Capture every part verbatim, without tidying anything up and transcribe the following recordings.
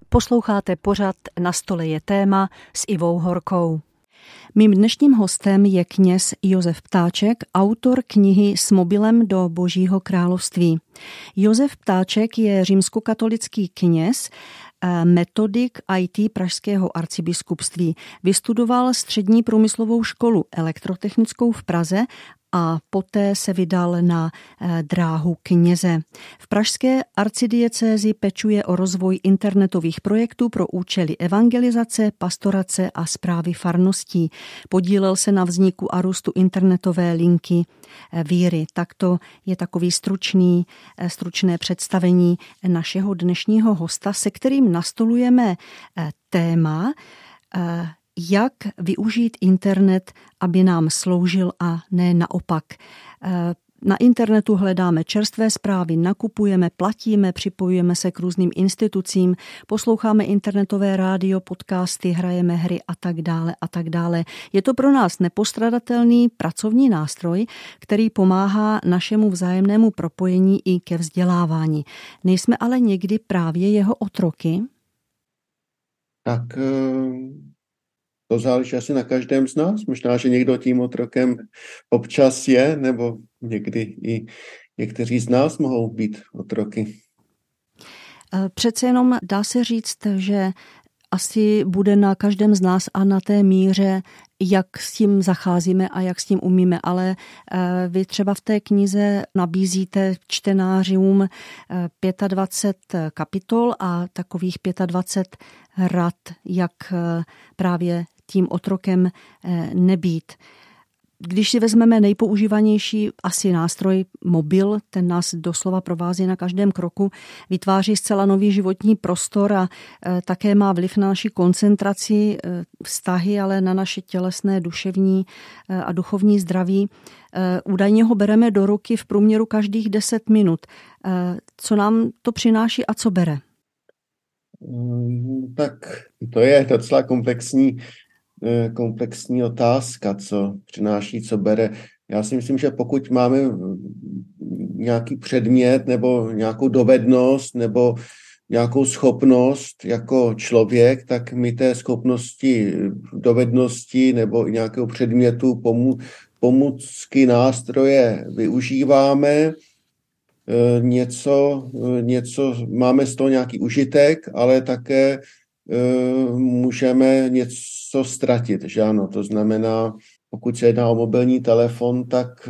Posloucháte pořad Na stole je téma s Ivou Horkou. Mým dnešním hostem je kněz Josef Ptáček, autor knihy S mobilem do Božího království. Josef Ptáček je římskokatolický kněz, metodik í té pražského arcibiskupství. Vystudoval střední průmyslovou školu elektrotechnickou v Praze a poté se vydal na dráhu kněze. V pražské arcidiecézi pečuje o rozvoj internetových projektů pro účely evangelizace, pastorace a správy farností. Podílel se na vzniku a růstu internetové linky víry. Takto je takový stručný, stručné představení našeho dnešního hosta, se kterým nastolujeme téma, jak využít internet, aby nám sloužil a ne naopak. Na internetu hledáme čerstvé zprávy, nakupujeme, platíme, připojujeme se k různým institucím, posloucháme internetové rádio, podcasty, hrajeme hry a tak dále a tak dále. Je to pro nás nepostradatelný pracovní nástroj, který pomáhá našemu vzájemnému propojení i ke vzdělávání. Nejsme ale někdy právě jeho otroky? Tak to záleží asi na každém z nás. Možná, že někdo tím otrokem občas je, nebo někdy i někteří z nás mohou být otroky. Přece jenom dá se říct, že asi bude na každém z nás a na té míře, jak s tím zacházíme a jak s tím umíme, ale vy třeba v té knize nabízíte čtenářům dvacet pět kapitol a takových dvacet pět rad, jak právě tím otrokem nebýt. Když si vezmeme nejpoužívanější asi nástroj mobil, ten nás doslova provází na každém kroku, vytváří zcela nový životní prostor a také má vliv na naši koncentraci, vztahy, ale na naše tělesné, duševní a duchovní zdraví. Údajně ho bereme do ruky v průměru každých deset minut. Co nám to přináší a co bere? Tak to je docela komplexní komplexní otázka, co přináší, co bere. Já si myslím, že pokud máme nějaký předmět nebo nějakou dovednost nebo nějakou schopnost jako člověk, tak my té schopnosti, dovednosti nebo nějakého předmětu, pomů, pomůcky, nástroje využíváme. Něco, něco, máme z toho nějaký užitek, ale také můžeme něco ztratit, že ano, to znamená, pokud se jedná o mobilní telefon, tak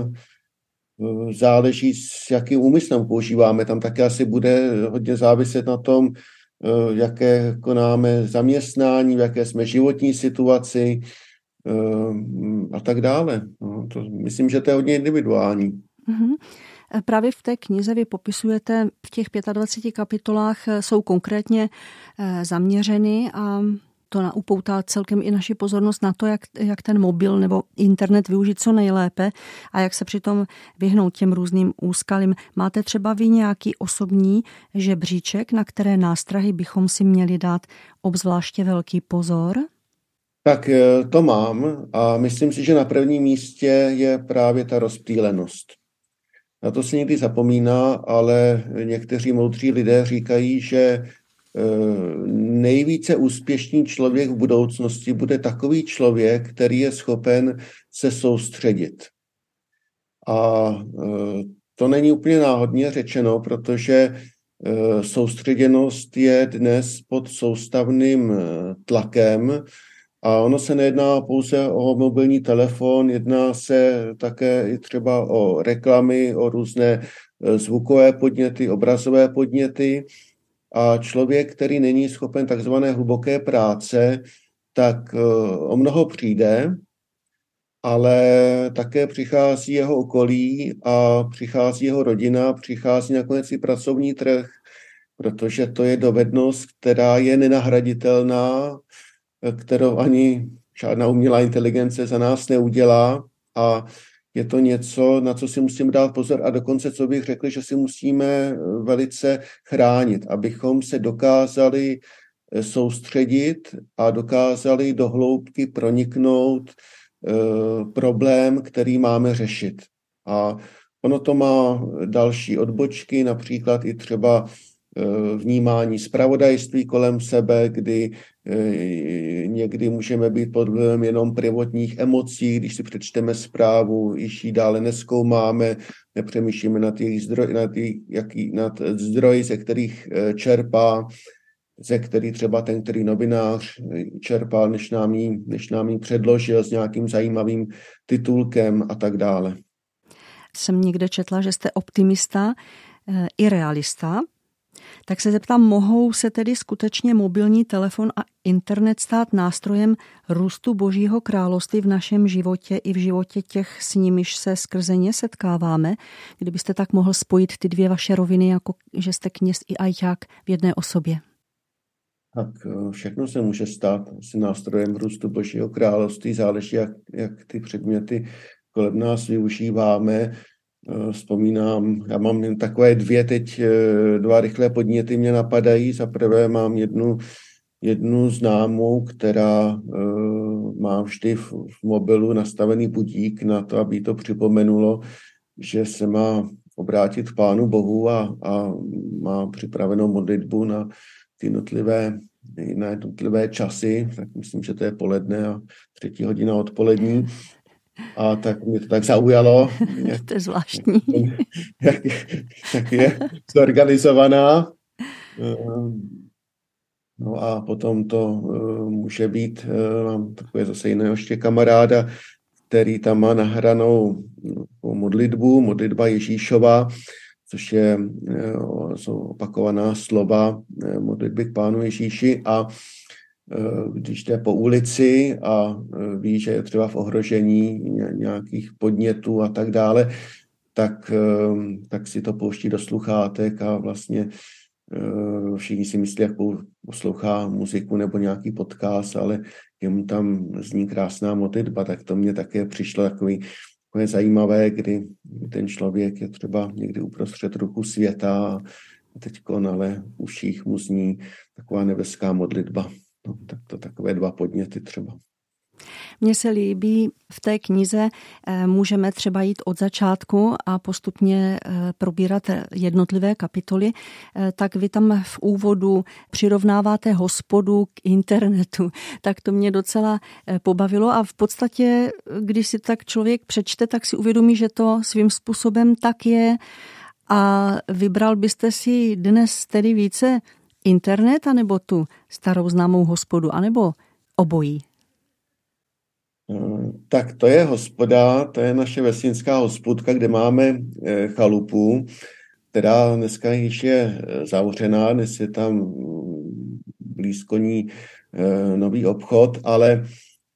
záleží, s jakým úmyslem používáme. Tam také asi bude hodně záviset na tom, jaké konáme zaměstnání, v jaké jsme životní situaci a tak dále. No, to, myslím, že to je hodně individuální. Mm-hmm. Právě v té knize vy popisujete, v těch dvaceti pěti kapitolách jsou konkrétně zaměřeny a to upoutá celkem i naši pozornost na to, jak, jak ten mobil nebo internet využít co nejlépe a jak se přitom vyhnout těm různým úskalím. Máte třeba vy nějaký osobní žebříček, na které nástrahy bychom si měli dát obzvláště velký pozor? Tak to mám a myslím si, že na prvním místě je právě ta rozptýlenost. Na to se někdy zapomíná, ale někteří moudří lidé říkají, že nejvíce úspěšný člověk v budoucnosti bude takový člověk, který je schopen se soustředit. A to není úplně náhodně řečeno, protože soustředěnost je dnes pod soustavným tlakem a ono se nejedná pouze o mobilní telefon, jedná se také i třeba o reklamy, o různé zvukové podněty, obrazové podněty. A člověk, který není schopen takzvané hluboké práce, tak o mnoho přijde, ale také přichází jeho okolí a přichází jeho rodina, přichází nakonec i pracovní trh, protože to je dovednost, která je nenahraditelná, kterou ani žádná umělá inteligence za nás neudělá a je to něco, na co si musíme dát pozor a dokonce, co bych řekl, že si musíme velice chránit, abychom se dokázali soustředit a dokázali do hloubky proniknout eh, problém, který máme řešit. A ono to má další odbočky, například i třeba vnímání zpravodajství kolem sebe, kdy někdy můžeme být pod vlivem jenom prvotních emocí, když si přečteme zprávu, již ji dále nezkoumáme, nepřemýšlíme nad jejich zdroj, nad, jejich, jaký, nad zdroji, ze kterých čerpá, ze který třeba ten, který novinář čerpal, než nám ji, než nám ji předložil s nějakým zajímavým titulkem a tak dále. Jsem někde četla, že jste optimista i realista. Tak se zeptám, mohou se tedy skutečně mobilní telefon a internet stát nástrojem růstu Božího království v našem životě i v životě těch, s nimiž se skrze ně setkáváme? Kdybyste tak mohl spojit ty dvě vaše roviny, jako že jste kněz i ajťák v jedné osobě. Tak všechno se může stát asi nástrojem růstu Božího království, záleží, jak, jak ty předměty kolem nás využíváme. Vzpomínám, já mám jen takové dvě teď, dva rychlé podněty mě napadají. Za prvé mám jednu, jednu známou, která uh, má vždy v, v mobilu nastavený budík na to, aby to připomenulo, že se má obrátit k Pánu Bohu a, a má připravenou modlitbu na ty jednotlivé, na jednotlivé časy. Tak myslím, že to je poledne a třetí hodina odpolední. A tak mě to tak zaujalo. Jak, to je zvláštní. Jak, jak je zorganizovaná. No a potom to může být, mám takové zase jiného ještě kamaráda, který tam má nahranou modlitbu, modlitba Ježíšova, což je, jsou opakovaná slova modlitby k Pánu Ježíši a když jde po ulici a ví, že je třeba v ohrožení nějakých podnětů a tak dále, tak, tak si to pouští do sluchátek a vlastně všichni si myslí, jak poslouchá muziku nebo nějaký podcast, ale jemu tam zní krásná modlitba, tak to mě také přišlo takový, takové zajímavé, kdy ten člověk je třeba někdy uprostřed ruchu světa a teďkon ale v uších mu zní taková nebeská modlitba. No, tak to takové dva podněty třeba. Mně se líbí v té knize, můžeme třeba jít od začátku a postupně probírat jednotlivé kapitoly, tak vy tam v úvodu přirovnáváte hospodu k internetu. Tak to mě docela pobavilo a v podstatě, když si tak člověk přečte, tak si uvědomí, že to svým způsobem tak je a vybral byste si dnes tedy více internet, anebo tu starou známou hospodu, anebo obojí? Tak to je hospoda, to je naše vesnická hospodka, kde máme chalupu, která dneska již je zavřená, dnes je tam blízko ní nový obchod, ale,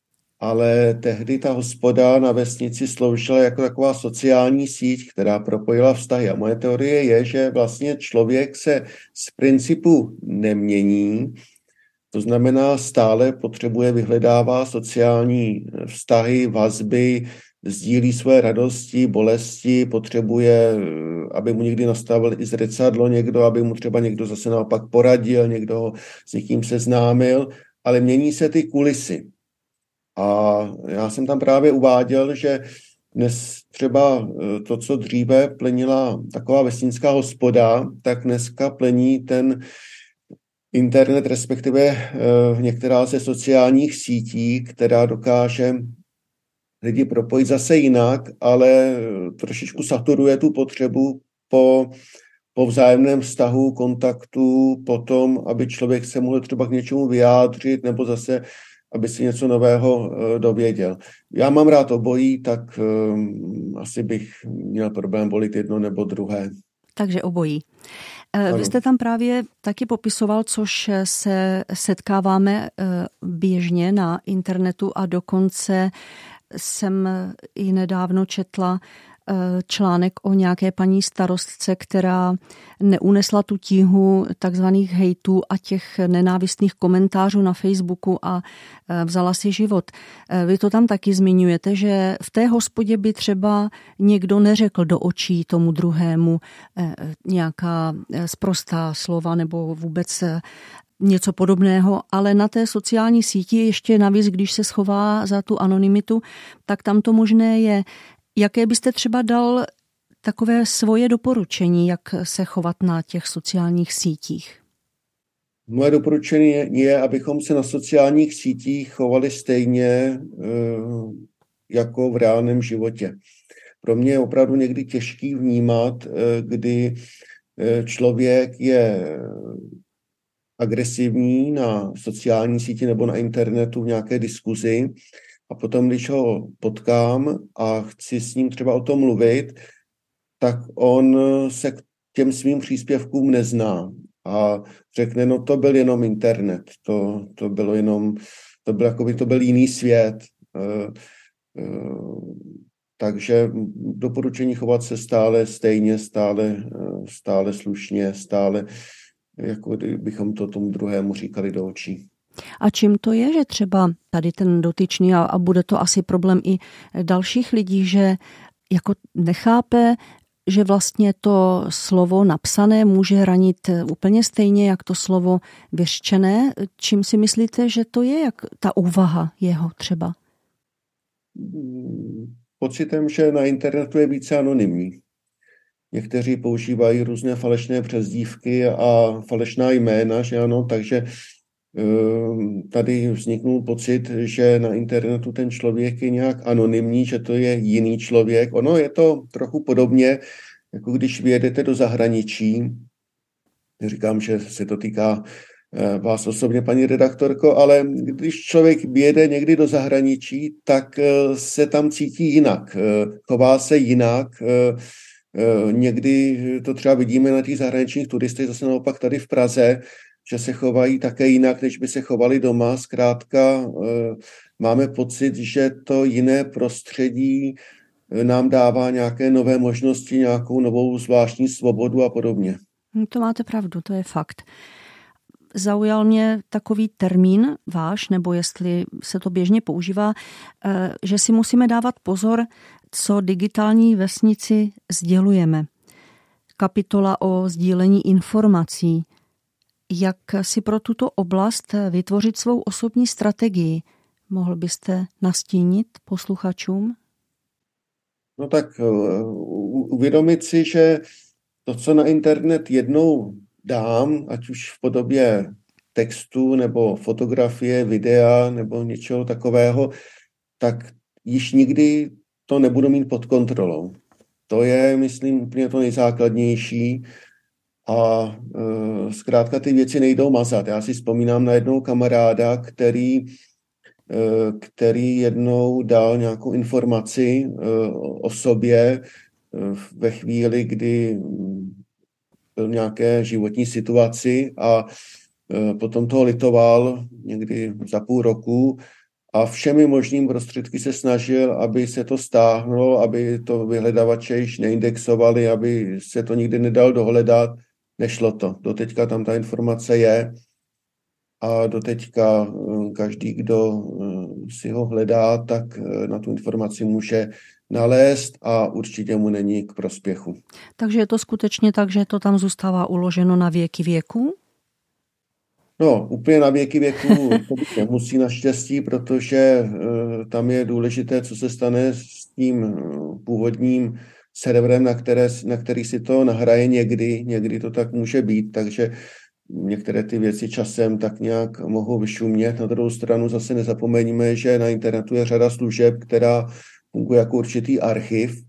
ale tehdy ta hospoda na vesnici sloužila jako taková sociální síť, která propojila vztahy. A moje teorie je, že vlastně člověk se z principu nemění, to znamená, stále potřebuje, vyhledává sociální vztahy, vazby, sdílí své radosti, bolesti, potřebuje, aby mu někdy nastavil i zrcadlo někdo, aby mu třeba někdo zase naopak poradil, někdo ho s někým seznámil, ale mění se ty kulisy. A já jsem tam právě uváděl, že dnes třeba to, co dříve plenila taková vesnická hospoda, tak dneska plení ten internet, respektive uh, některá ze sociálních sítí, která dokáže lidi propojit zase jinak, ale trošičku saturuje tu potřebu po, po vzájemném vztahu, kontaktu, po tom, aby člověk se mohl třeba k něčemu vyjádřit, nebo zase, aby si něco nového uh, dověděl. Já mám rád obojí, tak um, asi bych měl problém volit jedno nebo druhé. Takže obojí. Vy jste tam právě taky popisoval, což se setkáváme běžně na internetu a dokonce jsem i nedávno četla článek o nějaké paní starostce, která neunesla tu tíhu takzvaných hejtů a těch nenávistných komentářů na Facebooku a vzala si život. Vy to tam taky zmiňujete, že v té hospodě by třeba někdo neřekl do očí tomu druhému nějaká sprostá slova nebo vůbec něco podobného, ale na té sociální síti ještě navíc, když se schová za tu anonymitu, tak tam to možné je. Jaké byste třeba dal takové svoje doporučení, jak se chovat na těch sociálních sítích? Moje doporučení je, abychom se na sociálních sítích chovali stejně jako v reálném životě. Pro mě je opravdu někdy těžký vnímat, kdy člověk je agresivní na sociální síti nebo na internetu v nějaké diskuzi a potom, když ho potkám a chci s ním třeba o tom mluvit, tak on se k těm svým příspěvkům nezná a řekne, no to byl jenom internet, to, to bylo jenom, to byl, jakoby to byl jiný svět. Uh, uh, takže doporučení chovat se stále stejně, stále, uh, stále slušně, stále, jako kdybychom to tomu druhému říkali do očí. A čím to je, že třeba tady ten dotyčný, a, a bude to asi problém i dalších lidí, že jako nechápe, že vlastně to slovo napsané může ranit úplně stejně, jak to slovo vyřčené. Čím si myslíte, že to je, jak ta úvaha jeho třeba? Pocitem, že na internetu je více anonymní. Někteří používají různé falešné přezdívky a falešná jména, že ano, takže tady vzniknul pocit, že na internetu ten člověk je nějak anonymní, že to je jiný člověk. Ono je to trochu podobně, jako když vyjedete do zahraničí. Říkám, že se to týká vás osobně, paní redaktorko, ale když člověk vyjede někdy do zahraničí, tak se tam cítí jinak, chová se jinak. Někdy to třeba vidíme na těch zahraničních turistech, zase naopak tady v Praze, že se chovají také jinak, než by se chovali doma. Zkrátka máme pocit, že to jiné prostředí nám dává nějaké nové možnosti, nějakou novou zvláštní svobodu a podobně. To máte pravdu, to je fakt. Zaujal mě takový termín váš, nebo jestli se to běžně používá, že si musíme dávat pozor, co digitální vesnici sdělujeme. Kapitola o sdílení informací. Jak si pro tuto oblast vytvořit svou osobní strategii? Mohl byste nastínit posluchačům? No tak uvědomit si, že to, co na internet jednou dám, ať už v podobě textu nebo fotografie, videa nebo něčeho takového, tak již nikdy to nebudu mít pod kontrolou. To je, myslím, úplně to nejzákladnější. A e, zkrátka ty věci nejdou mazat. Já si vzpomínám na jednoho kamaráda, který, e, který jednou dal nějakou informaci e, o sobě e, ve chvíli, kdy byl v nějaké životní situaci a e, potom toho litoval někdy za půl roku a všemi možnými prostředky se snažil, aby se to stáhlo, aby to vyhledavače již neindexovali, aby se to nikdy nedal dohledat. Nešlo to. Doteďka tam ta informace je a doteďka každý, kdo si ho hledá, tak na tu informaci může nalézt a určitě mu není k prospěchu. Takže je to skutečně tak, že to tam zůstává uloženo na věky věků? No, úplně na věky věků to nemusí naštěstí, protože tam je důležité, co se stane s tím původním serverem, na, které, na který si to nahraje někdy, někdy to tak může být, takže některé ty věci časem tak nějak mohou vyšumět. Na druhou stranu zase nezapomeňme, že na internetu je řada služeb, která funguje jako určitý archiv,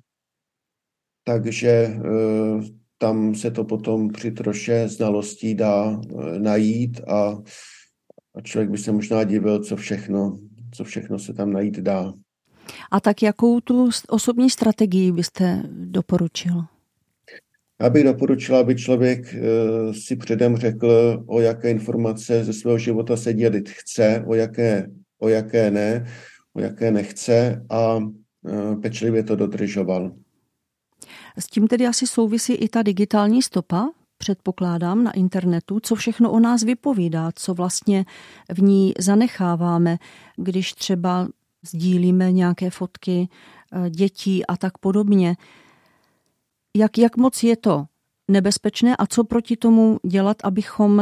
takže e, tam se to potom při troše znalostí dá e, najít a, a člověk by se možná divil, co všechno, co všechno se tam najít dá. A tak jakou tu osobní strategii byste doporučil? Já bych doporučila, aby člověk si předem řekl, o jaké informace ze svého života se dělit chce, o jaké, o jaké ne, o jaké nechce a pečlivě to dodržoval. S tím tedy asi souvisí i ta digitální stopa, předpokládám, na internetu, co všechno o nás vypovídá, co vlastně v ní zanecháváme, když třeba sdílíme nějaké fotky dětí a tak podobně. Jak, jak moc je to nebezpečné a co proti tomu dělat, abychom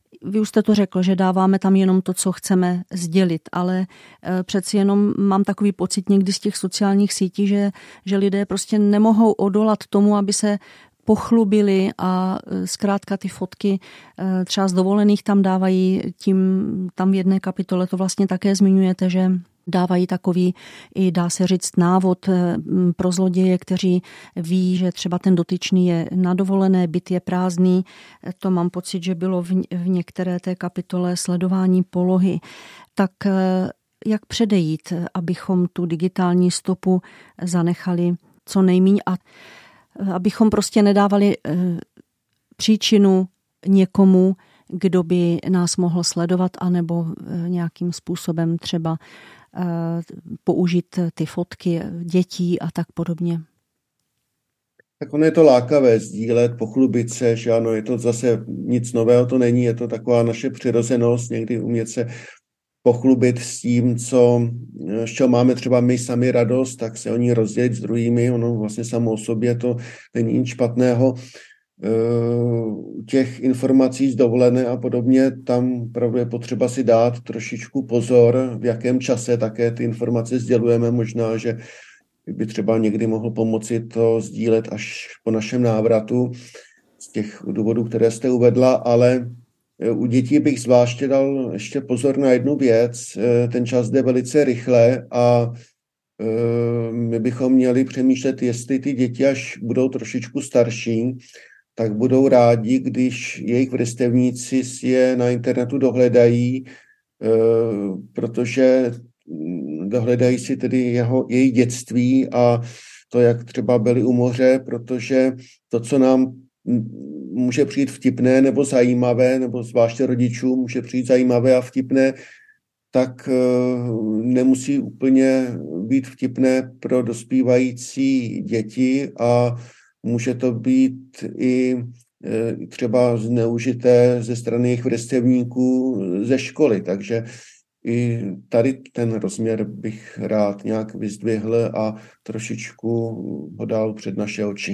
vy už jste to řekl, že dáváme tam jenom to, co chceme sdělit, ale přeci jenom mám takový pocit někdy z těch sociálních sítí, že, že lidé prostě nemohou odolat tomu, aby se pochlubili a zkrátka ty fotky třeba z dovolených tam dávají, tím tam v jedné kapitole to vlastně také zmiňujete, že dávají takový, i dá se říct, návod pro zloděje, kteří ví, že třeba ten dotyčný je na dovolené, byt je prázdný. To mám pocit, že bylo v, v některé té kapitole sledování polohy. Tak jak předejít, abychom tu digitální stopu zanechali co nejmíň a abychom prostě nedávali příčinu někomu, kdo by nás mohl sledovat anebo nějakým způsobem třeba použít ty fotky dětí a tak podobně. Tak ono je to lákavé sdílet, pochlubit se, že ano, je to zase nic nového, to není, je to taková naše přirozenost, někdy umět se pochlubit s tím, co, z čeho máme třeba my sami radost, tak se o ní rozdělit s druhými, ono vlastně samo o sobě to není nic špatného. U těch informací z dovolené a podobně, tam pravdu je potřeba si dát trošičku pozor, v jakém čase také ty informace sdělujeme. Možná, že by třeba někdy mohl pomoci to sdílet až po našem návratu z těch důvodů, které jste uvedla, ale u dětí bych zvláště dal ještě pozor na jednu věc. Ten čas jde velice rychle a my bychom měli přemýšlet, jestli ty děti, až budou trošičku starší, tak budou rádi, když jejich vrstevníci si je na internetu dohledají, protože dohledají si tedy jeho, jejich dětství a to, jak třeba byli u moře, protože to, co nám může přijít vtipné nebo zajímavé, nebo zvláště rodičům může přijít zajímavé a vtipné, tak nemusí úplně být vtipné pro dospívající děti a může to být i třeba zneužité ze strany jejich vrstevníků ze školy. Takže i tady ten rozměr bych rád nějak vyzdvihl a trošičku ho dal před naše oči.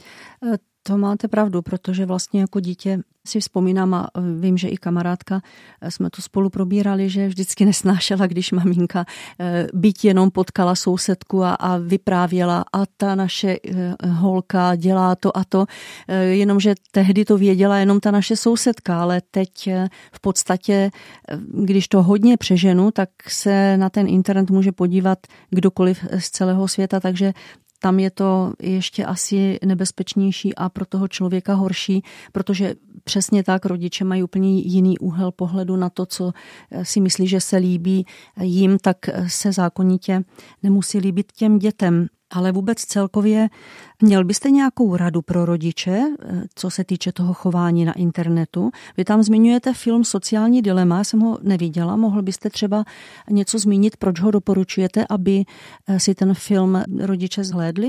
To máte pravdu, protože vlastně jako dítě si vzpomínám a vím, že i kamarádka jsme to spolu probírali, že vždycky nesnášela, když maminka byť jenom potkala sousedku a, a vyprávěla a ta naše holka dělá to a to, jenomže tehdy to věděla jenom ta naše sousedka, ale teď v podstatě, když to hodně přeženu, tak se na ten internet může podívat kdokoliv z celého světa, takže tam je to ještě asi nebezpečnější a pro toho člověka horší, protože přesně tak rodiče mají úplně jiný úhel pohledu na to, co si myslí, že se líbí jim, tak se zákonitě nemusí líbit těm dětem. Ale vůbec celkově měl byste nějakou radu pro rodiče, co se týče toho chování na internetu? Vy tam zmiňujete film Sociální dilema, já jsem ho neviděla. Mohl byste třeba něco zmínit, proč ho doporučujete, aby si ten film rodiče zhlédli?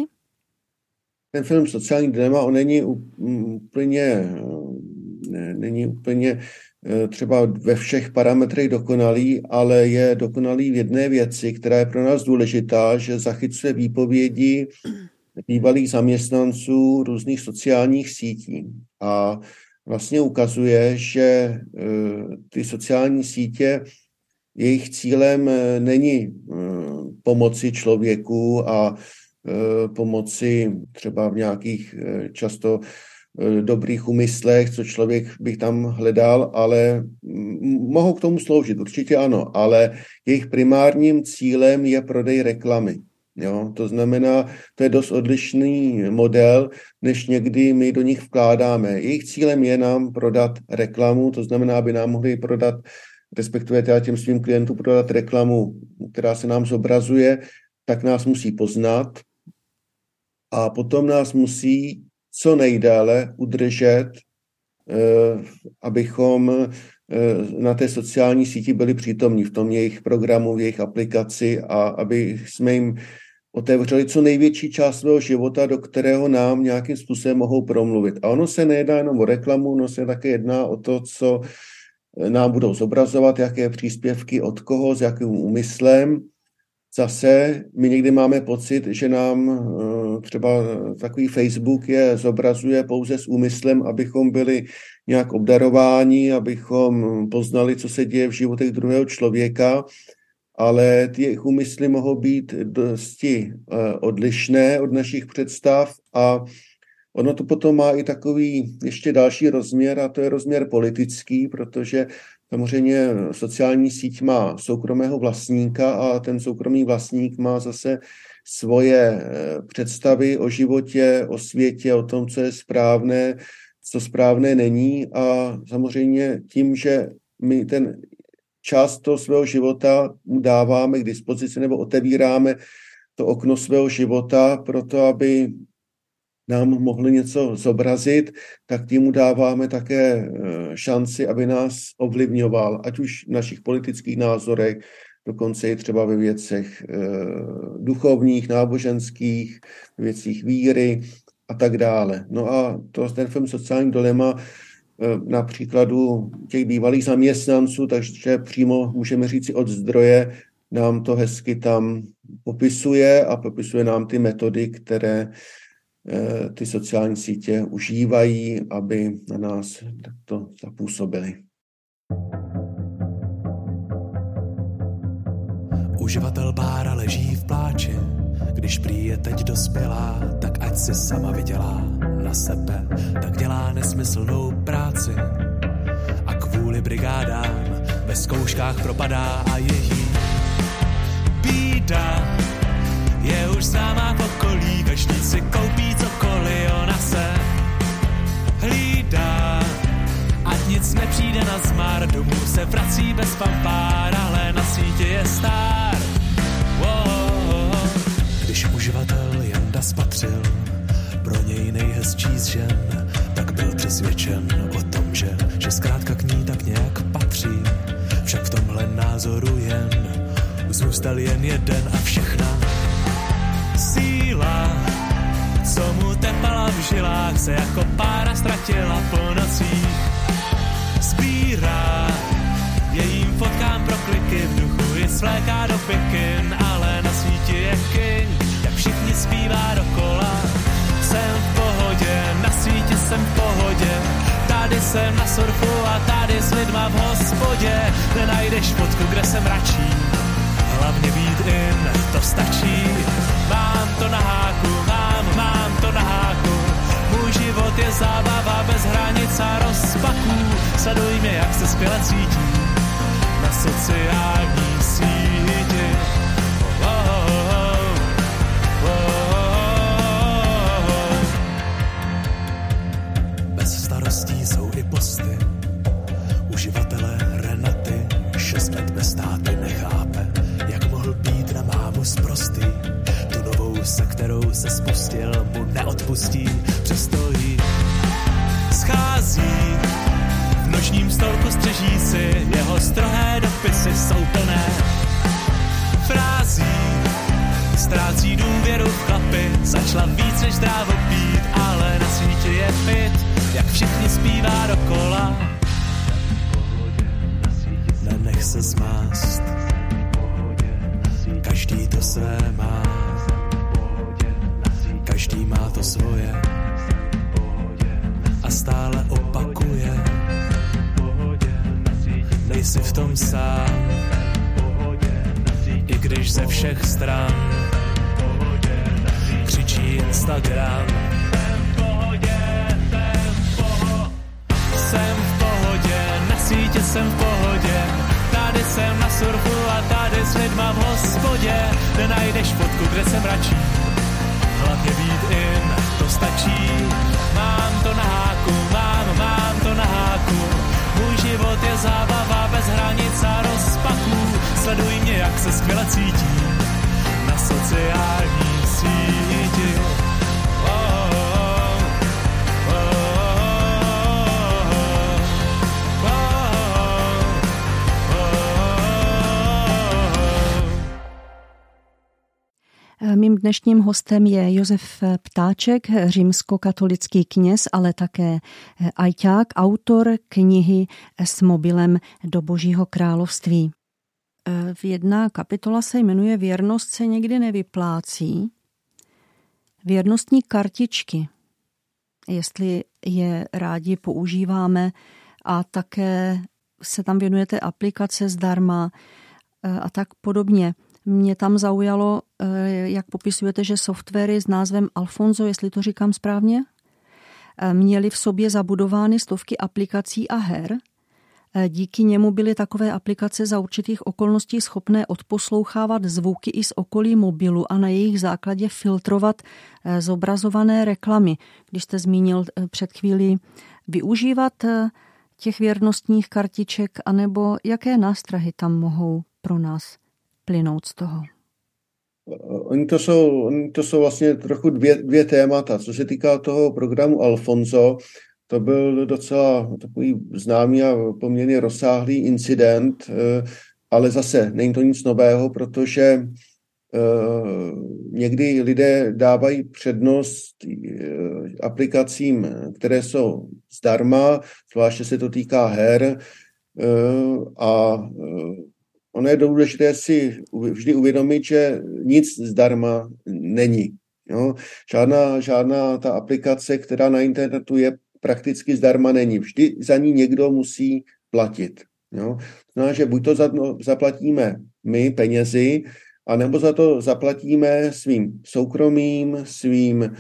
Ten film Sociální dilema, on není úplně, není úplně třeba ve všech parametrech dokonalý, ale je dokonalý v jedné věci, která je pro nás důležitá, že zachycuje výpovědi bývalých zaměstnanců různých sociálních sítí. A vlastně ukazuje, že ty sociální sítě, jejich cílem není pomoci člověku a pomoci třeba v nějakých často dobrých úmyslech, co člověk bych tam hledal, ale mohou k tomu sloužit, určitě ano, ale jejich primárním cílem je prodej reklamy. Jo? To znamená, to je dost odlišný model, než někdy my do nich vkládáme. Jejich cílem je nám prodat reklamu, to znamená, aby nám mohli prodat, respektive teda těm svým klientům prodat reklamu, která se nám zobrazuje, tak nás musí poznat a potom nás musí co nejdále udržet, abychom na té sociální síti byli přítomní v tom jejich programu, v jejich aplikaci a aby jsme jim otevřeli co největší část svého života, do kterého nám nějakým způsobem mohou promluvit. A ono se nejedná jenom o reklamu, ono se také jedná o to, co nám budou zobrazovat, jaké příspěvky, od koho, s jakým úmyslem. Zase my někdy máme pocit, že nám třeba takový Facebook je zobrazuje pouze s úmyslem, abychom byli nějak obdarováni, abychom poznali, co se děje v životech druhého člověka, ale ty jejich úmysly mohou být dosti odlišné od našich představ a ono to potom má i takový ještě další rozměr a to je rozměr politický, protože samozřejmě sociální síť má soukromého vlastníka a ten soukromý vlastník má zase svoje představy o životě, o světě, o tom, co je správné, co správné není a samozřejmě tím, že my ten část toho svého života mu dáváme k dispozici nebo otevíráme to okno svého života proto, aby nám mohli něco zobrazit, tak tím mu dáváme také šanci, aby nás ovlivňoval, ať už v našich politických názorech, dokonce i třeba ve věcech duchovních, náboženských, ve věcích víry a tak dále. No a to ten film Sociální dilema na příkladu těch bývalých zaměstnanců, takže přímo můžeme říct od zdroje, nám to hezky tam popisuje a popisuje nám ty metody, které ty sociální sítě užívají, aby na nás takto zapůsobily. Uživatel bára leží v pláči, když prý je teď dospělá, tak ať si sama vydělá na sebe, tak dělá nesmyslnou práci a kvůli brigádám ve zkouškách propadá a její bída je už známá v okolí, každý si koupí cokoliv, ona se hlídá, ať nic nepřijde na zmar, domů se vrací bez pampár, ale na sítě je star. Wow. Když uživatel Janda spatřil pro něj nejhezčí z žen, tak byl přesvědčen o tom, že, že zkrátka k ní tak nějak patří. Však v tomhle názoru jen zůstal jen jeden a všechna síla, co mu tepala v žilách, se jako pára ztratila po nocích. Sbírá jejím fotkám pro kliky, v duchu i svléká do pikin, ale na síti je king, jak všichni zpívá dokola. Jsem v pohodě, na síti jsem v pohodě, tady jsem na surfu a tady s lidma v hospodě. Nenajdeš fotku, kde jsem mračí, hlavně být in, to stačí. Mám to na háku, mám, mám to na háku. Můj život je zábava bez hranic a rozpaků. Sleduj mě, jak se skvěle cítí na sociální síti. Oh, oh, oh, oh, oh. Bez starostí jsou i posty. Uživatelé Renaty šest let bez státy nechápe, jak mohl být na mámu sprostý. Tu novou, se kterou se spustil, mu neodpustí, přesto jí schází. V nočním stolku střeží si, jeho strohé dopisy jsou plné frází. Ztrácí důvěru v chlapy, začala víc než drávo pít, ale na sítě je fit, jak všichni zpívá dokola. Nenech se zmást, každý to své má, každý má to svoje a stále opakuje. Nejsi v tom sám, i když ze všech stran křičí Instagram. Jsem v pohodě, na sítě jsem v pohodě, tady jsem na surfu a tady s lidma v hospodě. Nenajdeš fotku, kde jsem mračí, hlavně být in, to stačí. Mám to na háku, mám, mám to na háku. Můj život je zábava bez hranic a rozpaků. Sleduj mě, jak se skvěle cítím na sociální síti. Oh, oh, oh, oh, oh. Mým dnešním hostem je Josef Ptáček, římskokatolický kněz, ale také ajťák, autor knihy S mobilem do Božího království. v jedna kapitola se jmenuje Věrnost se někdy nevyplácí. Věrnostní kartičky, jestli je rádi používáme, a také se tam věnujete aplikace zdarma a tak podobně. Mě tam zaujalo, jak popisujete, že softwary s názvem Alfonso, jestli to říkám správně, měly v sobě zabudovány stovky aplikací a her. Díky němu byly takové aplikace za určitých okolností schopné odposlouchávat zvuky i z okolí mobilu a na jejich základě filtrovat zobrazované reklamy. Když jste zmínil před chvílí využívat těch věrnostních kartiček, anebo jaké nástrahy tam mohou pro nás plynout z toho? Oni to jsou, oni to jsou vlastně trochu dvě, dvě témata. Co se týká toho programu Alfonso, to byl docela takový známý a poměrně rozsáhlý incident, ale zase není to nic nového, protože někdy lidé dávají přednost aplikacím, které jsou zdarma, zvláště se to týká her, a ono je důležité si vždy uvědomit, že nic zdarma není. Jo? Žádná, žádná ta aplikace, která na internetu je, prakticky zdarma není. Vždy za ní někdo musí platit. Jo? Znamená, že buď to za, no, zaplatíme my penězi, anebo za to zaplatíme svým soukromím, svým e,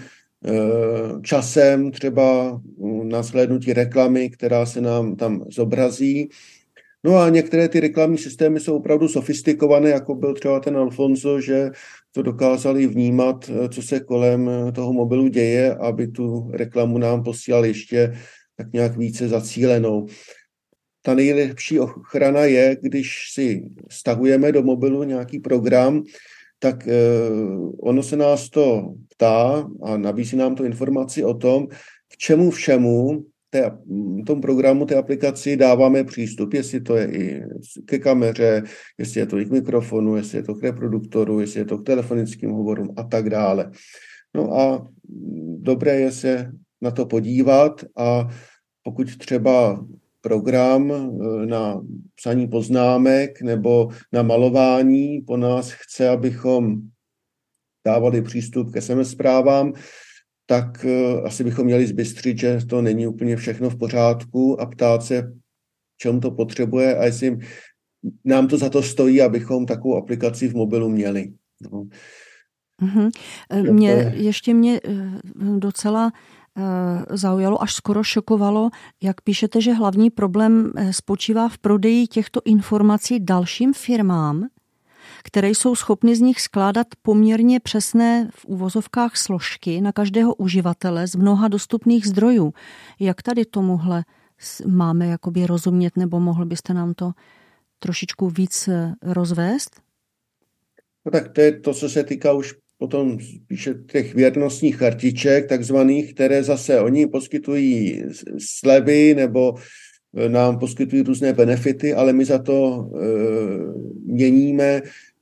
časem, třeba na shlédnutí reklamy, která se nám tam zobrazí. No a některé ty reklamní systémy jsou opravdu sofistikované, jako byl třeba ten Alfonso, že to dokázali vnímat, co se kolem toho mobilu děje, aby tu reklamu nám posílal ještě tak nějak více zacílenou. Ta nejlepší ochrana je, když si stahujeme do mobilu nějaký program, tak ono se nás to ptá a nabízí nám to informaci o tom, k čemu všemu té, tomu programu, té aplikaci dáváme přístup, jestli to je i ke kameře, jestli je to i k mikrofonu, jestli je to k reproduktoru, jestli je to k telefonickým hovorům a tak dále. No a dobré je se na to podívat, a pokud třeba program na psaní poznámek nebo na malování po nás chce, abychom dávali přístup k es em es zprávám, tak asi bychom měli zbystřit, že to není úplně všechno v pořádku a ptát se, čemu to potřebuje a jestli nám to za to stojí, abychom takovou aplikaci v mobilu měli. No. Mm-hmm. Mě, ještě mě docela zaujalo, až skoro šokovalo, jak píšete, že hlavní problém spočívá v prodeji těchto informací dalším firmám, které jsou schopny z nich skládat poměrně přesné v uvozovkách složky na každého uživatele z mnoha dostupných zdrojů. Jak tady tomuhle máme jakoby rozumět, nebo mohl byste nám to trošičku víc rozvést? No tak to je to, co se týká už potom spíše těch věrnostních kartiček, takzvaných, které zase oni poskytují slevy nebo nám poskytují různé benefity, ale my za to e, měníme, e,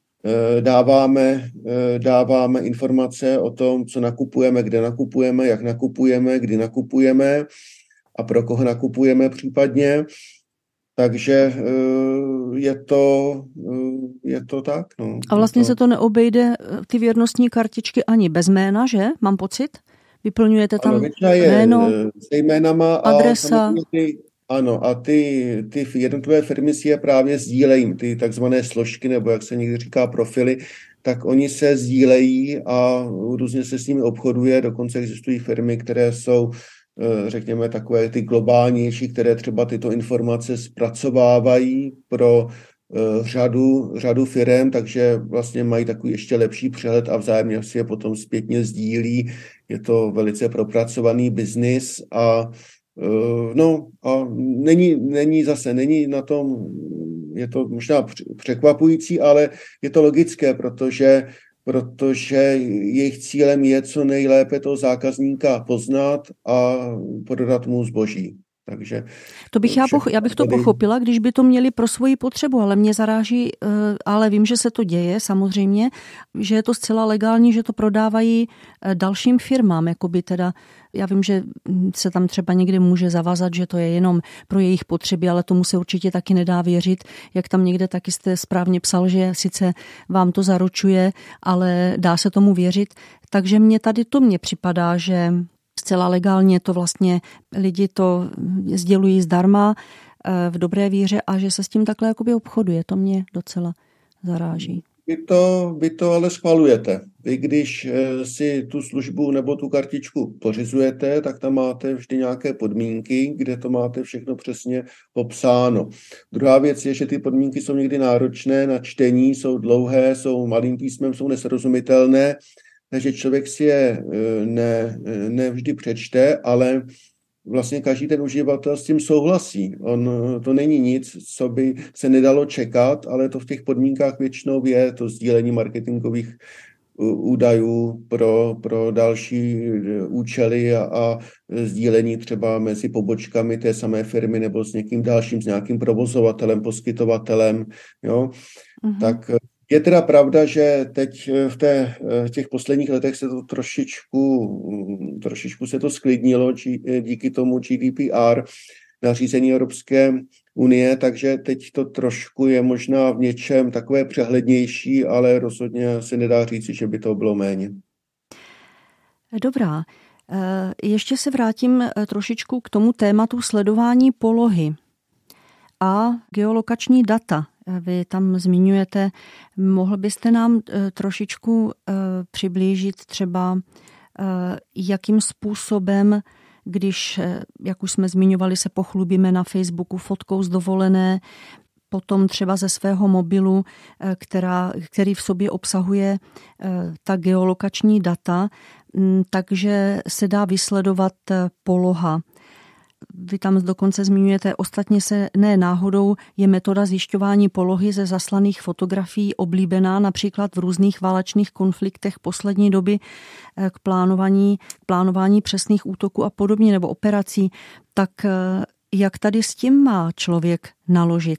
dáváme, e, dáváme informace o tom, co nakupujeme, kde nakupujeme, jak nakupujeme, kdy nakupujeme a pro koho nakupujeme případně. Takže je to, je to tak. No. A vlastně to... se to neobejde, ty věrnostní kartičky, ani bez jména, že? Mám pocit? Vyplňujete tam ano, je jméno, s jménama adresa. A ty, ano, a ty, ty jednotlivé firmy si je právě sdílejí, ty takzvané složky, nebo jak se někdy říká profily, tak oni se sdílejí a různě se s nimi obchoduje, dokonce existují firmy, které jsou, řekněme, takové ty globálnější, které třeba tyto informace zpracovávají pro řadu, řadu firem, takže vlastně mají takový ještě lepší přehled a vzájemně si je potom zpětně sdílí. Je to velice propracovaný biznis a no a není, není zase, není na tom, je to možná překvapující, ale je to logické, protože protože jejich cílem je co nejlépe toho zákazníka poznat a prodat mu zboží. Takže to bych já, poch- já bych to pochopila, když by to měli pro svoji potřebu, ale mě zaráží, ale vím, že se to děje samozřejmě, že je to zcela legální, že to prodávají dalším firmám, jakoby teda, já vím, že se tam třeba někdy může zavazat, že to je jenom pro jejich potřeby, ale tomu se určitě taky nedá věřit, jak tam někde taky jste správně psal, že sice vám to zaručuje, ale dá se tomu věřit, takže mně tady to mně připadá, že zcela legálně to vlastně lidi to sdělují zdarma v dobré víře a že se s tím takhle jakoby obchoduje. To mě docela zaráží. Vy to, vy to ale schvalujete. Vy když si tu službu nebo tu kartičku pořizujete, tak tam máte vždy nějaké podmínky, kde to máte všechno přesně popsáno. Druhá věc je, že ty podmínky jsou někdy náročné na čtení, jsou dlouhé, jsou malým písmem, jsou nesrozumitelné, takže člověk si je ne, ne vždy přečte, ale vlastně každý ten uživatel s tím souhlasí. On, to není nic, co by se nedalo čekat, ale to v těch podmínkách většinou je to sdílení marketingových údajů pro, pro další účely a, a sdílení třeba mezi pobočkami té samé firmy nebo s někým dalším, s nějakým provozovatelem, poskytovatelem. Jo? Mm-hmm. Tak je teda pravda, že teď v, té, v těch posledních letech se to trošičku, trošičku se to sklidnilo díky tomu G D P R, nařízení Evropské unie, takže teď to trošku je možná v něčem takové přehlednější, ale rozhodně se nedá říct, že by to bylo méně. Dobrá. Ještě se vrátím trošičku k tomu tématu sledování polohy a geolokační data. Vy tam zmiňujete, mohl byste nám trošičku přiblížit třeba, jakým způsobem, když, jak už jsme zmiňovali, se pochlubíme na Facebooku fotkou z dovolené, potom třeba ze svého mobilu, která, který v sobě obsahuje ta geolokační data, takže se dá vysledovat poloha. Vy tam dokonce zmiňujete, ostatně se ne náhodou je metoda zjišťování polohy ze zaslaných fotografií oblíbená například v různých válečných konfliktech poslední doby k plánování, k plánování přesných útoků a podobně nebo operací. Tak jak tady s tím má člověk naložit?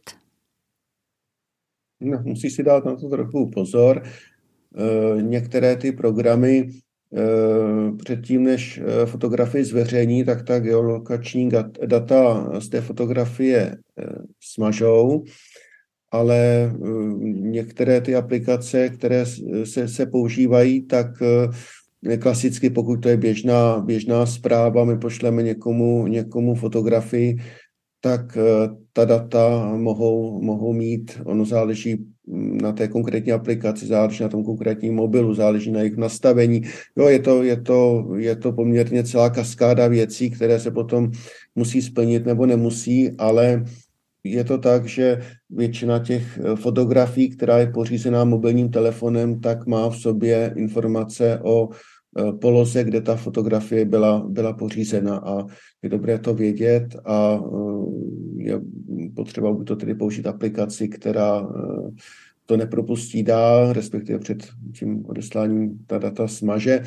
No, musí si dát na to trochu pozor. E, některé ty programy předtím, než fotografii zveřejní, tak ta geolokační data z té fotografie smažou, ale některé ty aplikace, které se, se používají, tak klasicky, pokud to je běžná, běžná zpráva, my pošleme někomu, někomu fotografii, tak ta data mohou, mohou mít, ono záleží na té konkrétní aplikaci, záleží na tom konkrétním mobilu, záleží na jejich nastavení. Jo, je to, je to, je to poměrně celá kaskáda věcí, které se potom musí splnit nebo nemusí, ale je to tak, že většina těch fotografií, která je pořízená mobilním telefonem, tak má v sobě informace o poloze, kde ta fotografie byla, byla pořízena a je dobré to vědět a je potřeba by to tedy použít aplikaci, která to nepropustí dál, respektive před tím odesláním ta data smaže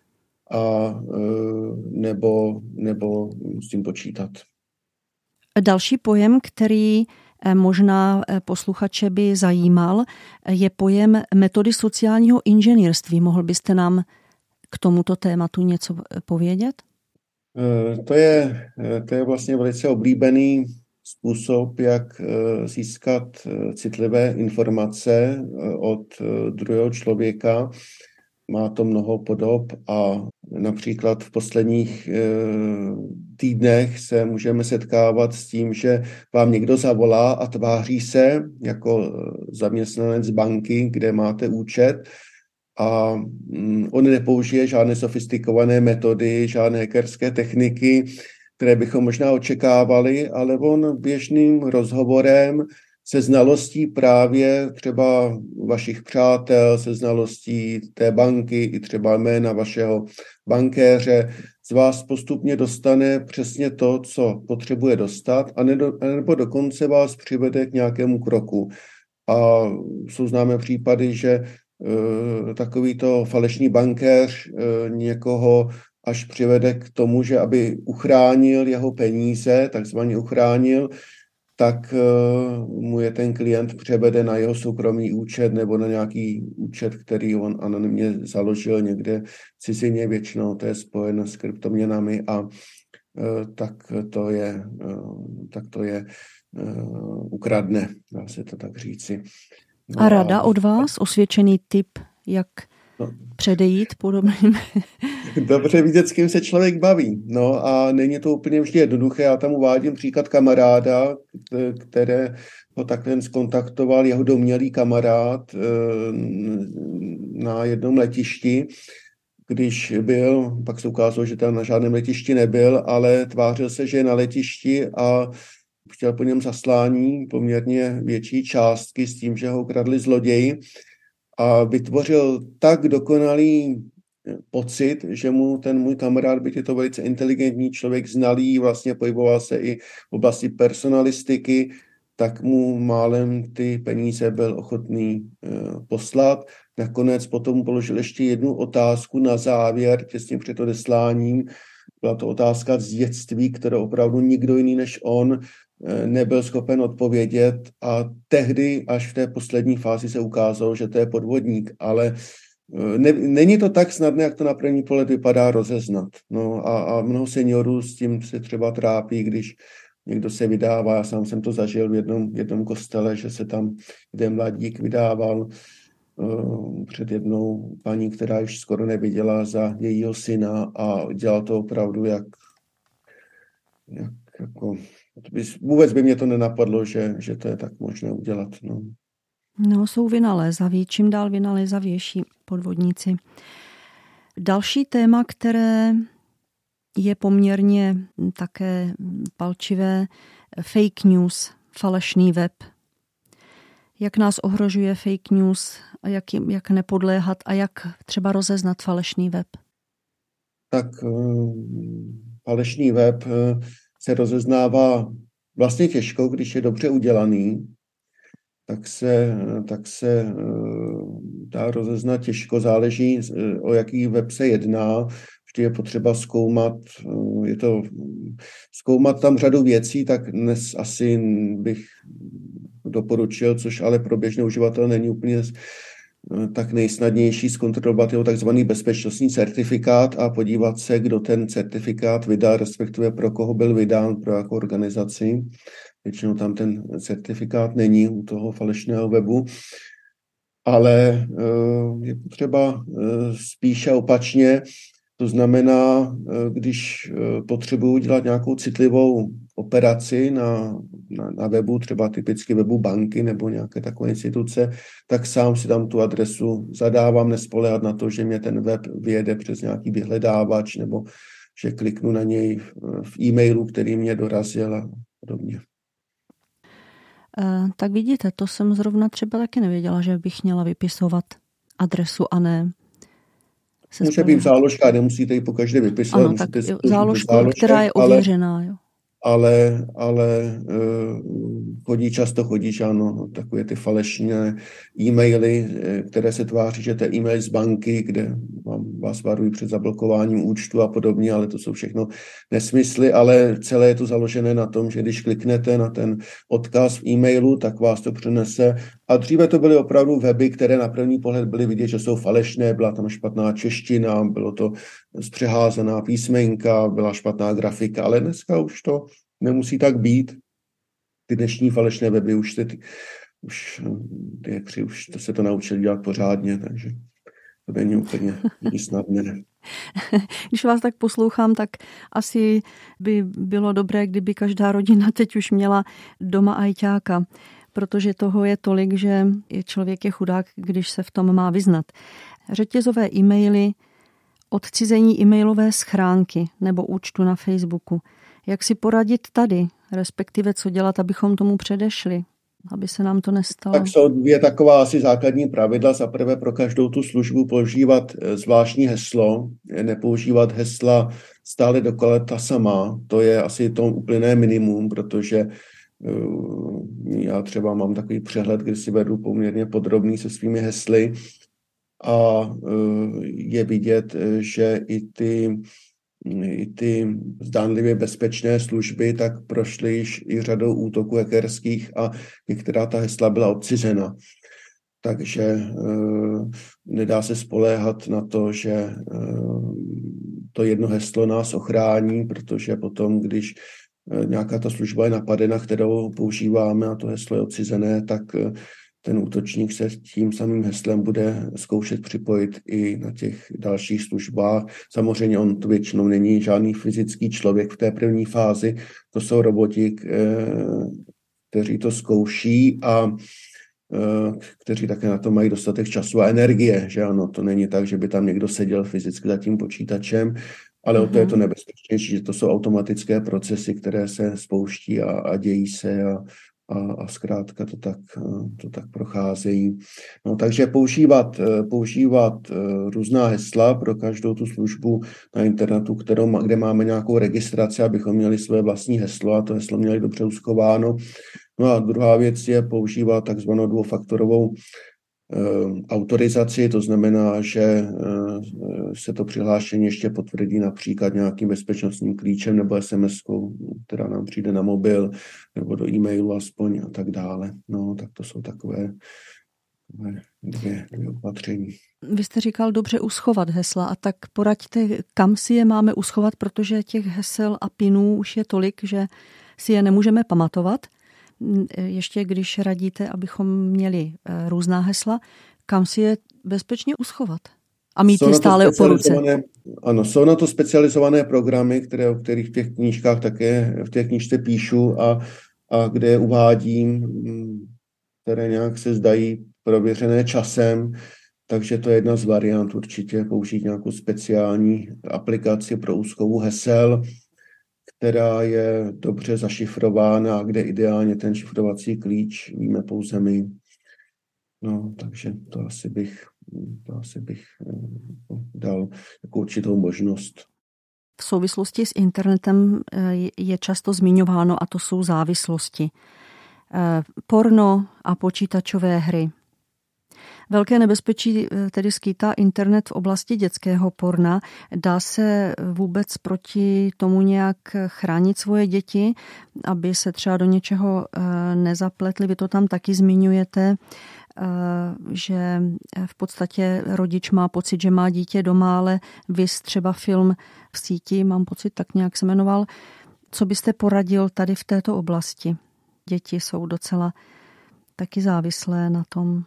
a nebo, nebo s tím počítat. Další pojem, který možná posluchače by zajímal, je pojem metody sociálního inženýrství. Mohl byste nám k tomuto tématu něco povědět? To je, to je vlastně velice oblíbený způsob, jak získat citlivé informace od druhého člověka. Má to mnoho podob a například v posledních týdnech se můžeme setkávat s tím, že vám někdo zavolá a tváří se jako zaměstnanec banky, kde máte účet, a on nepoužije žádné sofistikované metody, žádné hackerské techniky, které bychom možná očekávali, ale on běžným rozhovorem se znalostí právě třeba vašich přátel, se znalostí té banky i třeba jména vašeho bankéře, z vás postupně dostane přesně to, co potřebuje dostat, anebo dokonce vás přivede k nějakému kroku. A jsou známé případy, že takovýto falešný bankéř někoho až přivede k tomu, že aby uchránil jeho peníze, takzvaně uchránil, tak mu je ten klient převede na jeho soukromý účet nebo na nějaký účet, který on anonymně založil někde v cizině, většinou to je spojeno s kryptoměnami a tak to je, tak to je ukradne, dá se to tak říci. No a rada od vás, osvědčený tip, jak no. předejít podobným? Dobře vidět, s kým se člověk baví. No a není to úplně vždy jednoduché. Já tam uvádím příklad kamaráda, které ho takhle skontaktoval jeho domnělý kamarád na jednom letišti, když byl, pak se ukázalo, že tam na žádném letišti nebyl, ale tvářil se, že je na letišti a chtěl po něm zaslání poměrně větší částky s tím, že ho ukradli zloději a vytvořil tak dokonalý pocit, že mu ten můj kamarád, byť je to velice inteligentní člověk, znalý, vlastně pohyboval se i v oblasti personalistiky, tak mu málem ty peníze byl ochotný uh, poslat. Nakonec potom položil ještě jednu otázku na závěr, těsně před odesláním. Byla to otázka z dětství, kterou opravdu nikdo jiný než on nebyl schopen odpovědět a tehdy až v té poslední fázi se ukázalo, že to je podvodník, ale ne, není to tak snadné, jak to na první pohled vypadá rozeznat. No a, a mnoho seniorů s tím se třeba trápí, když někdo se vydává, já sám jsem to zažil v jednom, jednom kostele, že se tam jeden mladík vydával uh, před jednou paní, která už skoro neviděla za jejího syna a dělal to opravdu jak, jak jako vůbec by mě to nenapadlo, že, že to je tak možné udělat. No. no, jsou vynalézaví, čím dál vynalézavější podvodníci. Další téma, které je poměrně také palčivé, fake news, falešný web. Jak nás ohrožuje fake news a jak, jak nepodléhat a jak třeba rozeznat falešný web? Tak uh, falešný web uh, se rozeznává vlastně těžko, když je dobře udělaný, tak se, tak se dá rozeznat těžko, záleží, o jaký web se jedná, vždy je potřeba zkoumat, je to, zkoumat tam řadu věcí, tak dnes asi bych doporučil, což ale pro běžného uživatele není úplně tak nejsnadnější, zkontrolovat jeho takzvaný bezpečnostní certifikát a podívat se, kdo ten certifikát vydal, respektive pro koho byl vydán, pro jakou organizaci. Většinou tam ten certifikát není u toho falešného webu, ale je potřeba spíše opačně. To znamená, když potřebuji dělat nějakou citlivou operaci na, na, na webu, třeba typicky webu banky nebo nějaké takové instituce, tak sám si tam tu adresu zadávám, nespoléhat na to, že mě ten web vyjede přes nějaký vyhledávač nebo že kliknu na něj v, v e-mailu, který mě dorazil a podobně. E, tak vidíte, to jsem zrovna třeba taky nevěděla, že bych měla vypisovat adresu a ne může být záložka, nemusíte ji pokaždé vypisovat. Ano, tak záložku, která je ověřená. Ale, jo. ale, ale uh, chodí, často chodí, že ano, takové ty falešné e-maily, které se tváří, že to je e-mail z banky, kde vám, vás varují před zablokováním účtu a podobně, ale to jsou všechno nesmysly, ale celé je to založené na tom, že když kliknete na ten odkaz v e-mailu, tak vás to přenese. A dříve to byly opravdu weby, které na první pohled byly vidět, že jsou falešné, byla tam špatná čeština, bylo to zpřeházená písmenka, byla špatná grafika, ale dneska už to nemusí tak být. Ty dnešní falešné weby už se, ty, už, jak si, už to se to naučili dělat pořádně, takže to není úplně snadné. Když vás tak poslouchám, tak asi by bylo dobré, kdyby každá rodina teď už měla doma ajťáka, protože toho je tolik, že člověk je chudák, když se v tom má vyznat. Řetězové e-maily, odcizení e-mailové schránky nebo účtu na Facebooku. Jak si poradit tady, respektive co dělat, abychom tomu předešli, aby se nám to nestalo? Tak jsou dvě taková asi základní pravidla. Za prvé pro každou tu službu používat zvláštní heslo, nepoužívat hesla stále dokola ta sama. To je asi to úplné minimum, protože já třeba mám takový přehled, kdy si vedu poměrně podrobný se svými hesly a je vidět, že i ty i ty zdánlivě bezpečné služby, tak prošly již i řadou útoků hackerských a některá ta hesla byla odcizena. Takže e, nedá se spoléhat na to, že e, to jedno heslo nás ochrání, protože potom, když e, nějaká ta služba je napadena, kterou používáme a to heslo je odcizené, tak e, ten útočník se tím samým heslem bude zkoušet připojit i na těch dalších službách. Samozřejmě on to většinou není žádný fyzický člověk v té první fázi, to jsou roboti, kteří to zkouší a kteří také na to mají dostatek času a energie, že ano, to není tak, že by tam někdo seděl fyzicky za tím počítačem, ale o to je to nebezpečnější, že to jsou automatické procesy, které se spouští a, a dějí se a A, a zkrátka to tak, to tak procházejí. No, takže používat, používat různá hesla pro každou tu službu na internetu, kterou, kde máme nějakou registraci, abychom měli své vlastní heslo a to heslo měli dobře uschováno. No a druhá věc je používat takzvanou dvoufaktorovou autorizaci, to znamená, že se to přihlášení ještě potvrdí například nějakým bezpečnostním klíčem nebo es em eskou, která nám přijde na mobil nebo do e-mailu aspoň a tak dále. No, tak to jsou takové dvě, dvě opatření. Vy jste říkal dobře uschovat hesla a tak poraďte, kam si je máme uschovat, protože těch hesel a pinů už je tolik, že si je nemůžeme pamatovat. Ještě když radíte, abychom měli různá hesla, kam si je bezpečně uschovat a mít je stále po ruce. Ano, jsou na to specializované programy, které, o kterých v těch knížkách také v těch knížce píšu a, a kde uvádím, které nějak se zdají prověřené časem, takže to je jedna z variant určitě použít nějakou speciální aplikaci pro úschovu hesel, která je dobře zašifrována, kde ideálně ten šifrovací klíč víme pouze my. No, takže to asi bych, to asi bych dal jako určitou možnost. V souvislosti s internetem je často zmiňováno, a to jsou závislosti. Porno a počítačové hry. Velké nebezpečí tedy skýtá internet v oblasti dětského porna. Dá se vůbec proti tomu nějak chránit svoje děti, aby se třeba do něčeho nezapletli? Vy to tam taky zmiňujete, že v podstatě rodič má pocit, že má dítě doma, ale vys třeba film v síti, mám pocit, tak nějak se jmenoval. Co byste poradil tady v této oblasti? Děti jsou docela taky závislé na tom.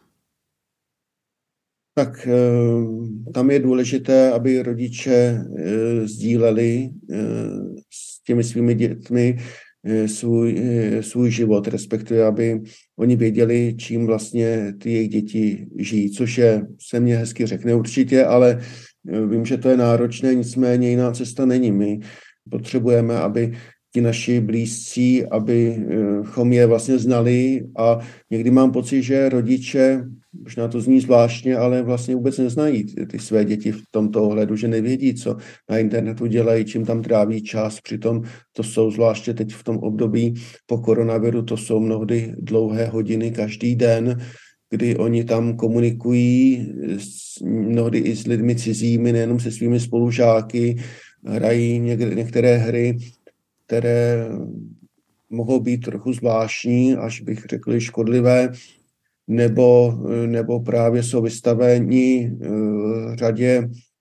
Tak tam je důležité, aby rodiče sdíleli s těmi svými dětmi svůj, svůj život, respektive aby oni věděli, čím vlastně ty jejich děti žijí, což je, se mně hezky řekne určitě, ale vím, že to je náročné, nicméně jiná cesta není. My potřebujeme, aby ti naši blízcí, abychom je vlastně znali a někdy mám pocit, že rodiče, možná to zní zvláštně, ale vlastně vůbec neznají ty, ty své děti v tomto ohledu, že nevědí, co na internetu dělají, čím tam tráví čas. Přitom to jsou zvláště teď v tom období po koronaviru, to jsou mnohdy dlouhé hodiny každý den, kdy oni tam komunikují s, mnohdy i s lidmi cizími, nejenom se svými spolužáky, hrají někde, některé hry, které mohou být trochu zvláštní, až bych řekl škodlivé, nebo, nebo právě jsou vystaveni uh, řadě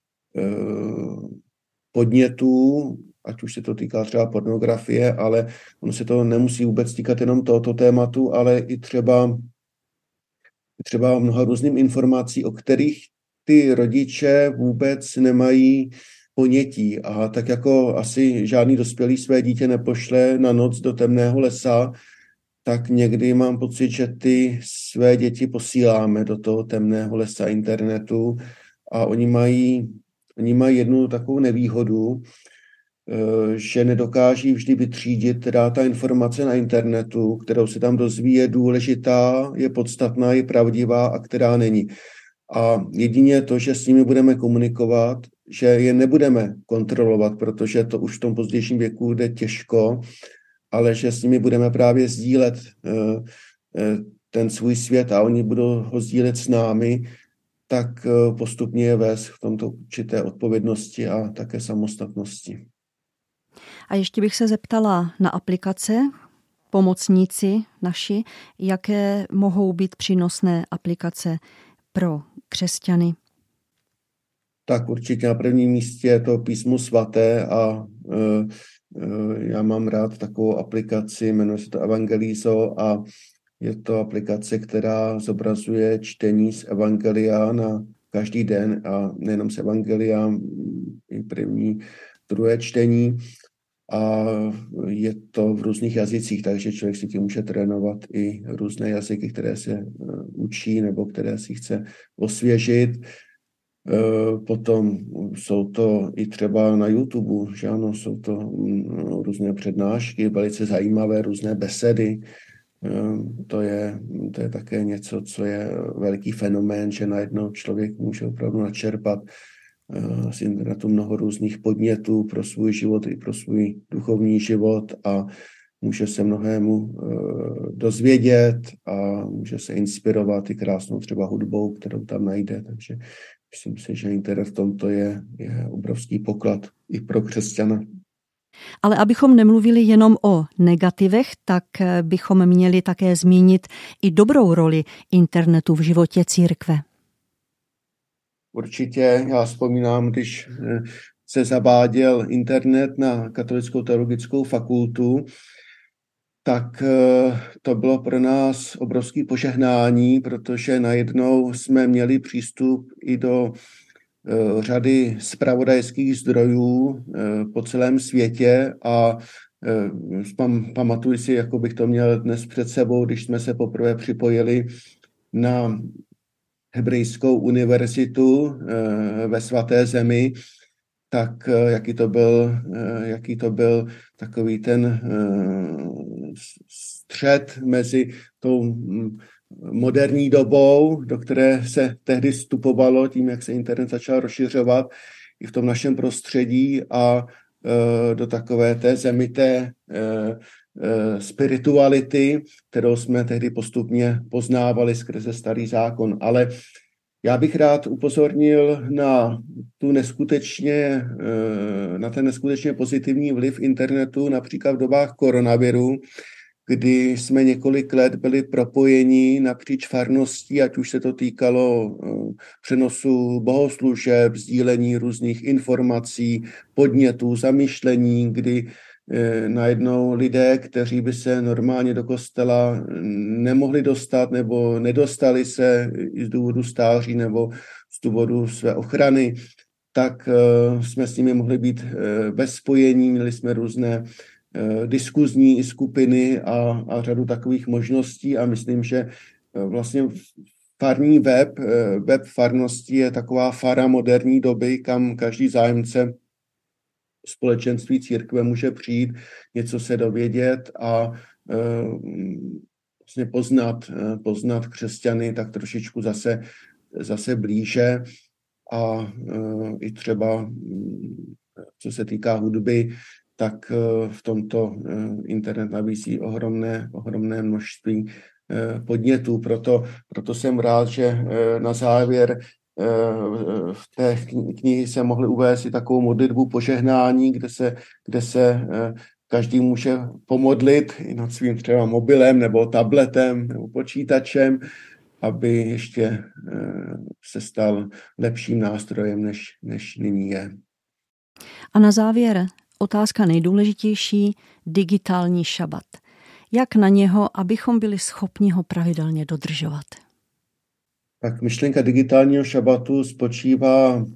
uh, podnětů, ať už se to týká třeba pornografie, ale ono se to nemusí vůbec týkat jenom tohoto tématu, ale i třeba, třeba mnoha různým informací, o kterých ty rodiče vůbec nemají ponětí. A tak jako asi žádný dospělý své dítě nepošle na noc do temného lesa, tak někdy mám pocit, že ty své děti posíláme do toho temného lesa internetu a oni mají, oni mají jednu takovou nevýhodu, že nedokáží vždy vytřídit, teda ta informace na internetu, kterou se tam dozví, je důležitá, je podstatná, je pravdivá a která není. A jedině to, že s nimi budeme komunikovat, že je nebudeme kontrolovat, protože to už v tom pozdějším věku jde těžko, ale že s nimi budeme právě sdílet ten svůj svět a oni budou ho sdílet s námi, tak postupně je vést v tomto určité odpovědnosti a také samostatnosti. A ještě bych se zeptala na aplikace, pomocníci naši, jaké mohou být přínosné aplikace pro křesťany? Tak určitě na prvním místě je to Písmo svaté a e, e, já mám rád takovou aplikaci, jmenuje se to Evangelizo a je to aplikace, která zobrazuje čtení z Evangelia na každý den a nejenom z Evangelia, i první, druhé čtení. A je to v různých jazycích, takže člověk si tím může trénovat i různé jazyky, které se učí nebo které si chce osvěžit. Potom jsou to i třeba na YouTube, že ano, jsou to různé přednášky, velice zajímavé, různé besedy. To je, to je také něco, co je veliký fenomén, že najednou člověk může opravdu načerpat z internetu mnoho různých podnětů pro svůj život i pro svůj duchovní život a může se mnohému dozvědět a může se inspirovat i krásnou třeba hudbou, kterou tam najde. Takže myslím si, že internet v tomto je, je obrovský poklad i pro křesťana. Ale abychom nemluvili jenom o negativech, tak bychom měli také zmínit i dobrou roli internetu v životě církve. Určitě, já vzpomínám, když se zaváděl internet na Katolickou teologickou fakultu, tak to bylo pro nás obrovské požehnání, protože najednou jsme měli přístup i do řady zpravodajských zdrojů po celém světě a pamatuju si, jako bych to měl dnes před sebou, když jsme se poprvé připojili na Hebrejskou univerzitu ve Svaté zemi, tak jaký to byl, jaký to byl takový ten střed mezi tou moderní dobou, do které se tehdy vstupovalo tím, jak se internet začal rozšiřovat i v tom našem prostředí a do takové té zemité spirituality, kterou jsme tehdy postupně poznávali skrze Starý zákon. Ale já bych rád upozornil na tu neskutečně, na ten neskutečně pozitivní vliv internetu, například v dobách koronaviru, kdy jsme několik let byli propojeni napříč farností, ať už se to týkalo přenosu bohoslužeb, sdílení různých informací, podnětů, zamýšlení, kdy najednou lidé, kteří by se normálně do kostela nemohli dostat nebo nedostali se z důvodu stáří nebo z důvodu své ochrany, tak jsme s nimi mohli být bez spojení, měli jsme různé diskuzní skupiny a, a řadu takových možností a myslím, že vlastně farní web, web farnosti je taková fara moderní doby, kam každý zájemce společenství církve může přijít, něco se dovědět a vlastně poznat, poznat křesťany tak trošičku zase, zase blíže a i třeba, co se týká hudby, tak v tomto internet nabízí ohromné, ohromné množství podnětů. Proto, proto jsem rád, že na závěr v té knihy se mohli uvést i takovou modlitbu požehnání, kde se, kde se každý může pomodlit i nad svým třeba mobilem nebo tabletem nebo počítačem, aby ještě se stal lepším nástrojem, než, než nyní je. A na závěr otázka nejdůležitější, digitální šabat. Jak na něho, abychom byli schopni ho pravidelně dodržovat? Tak myšlenka digitálního šabatu spočívá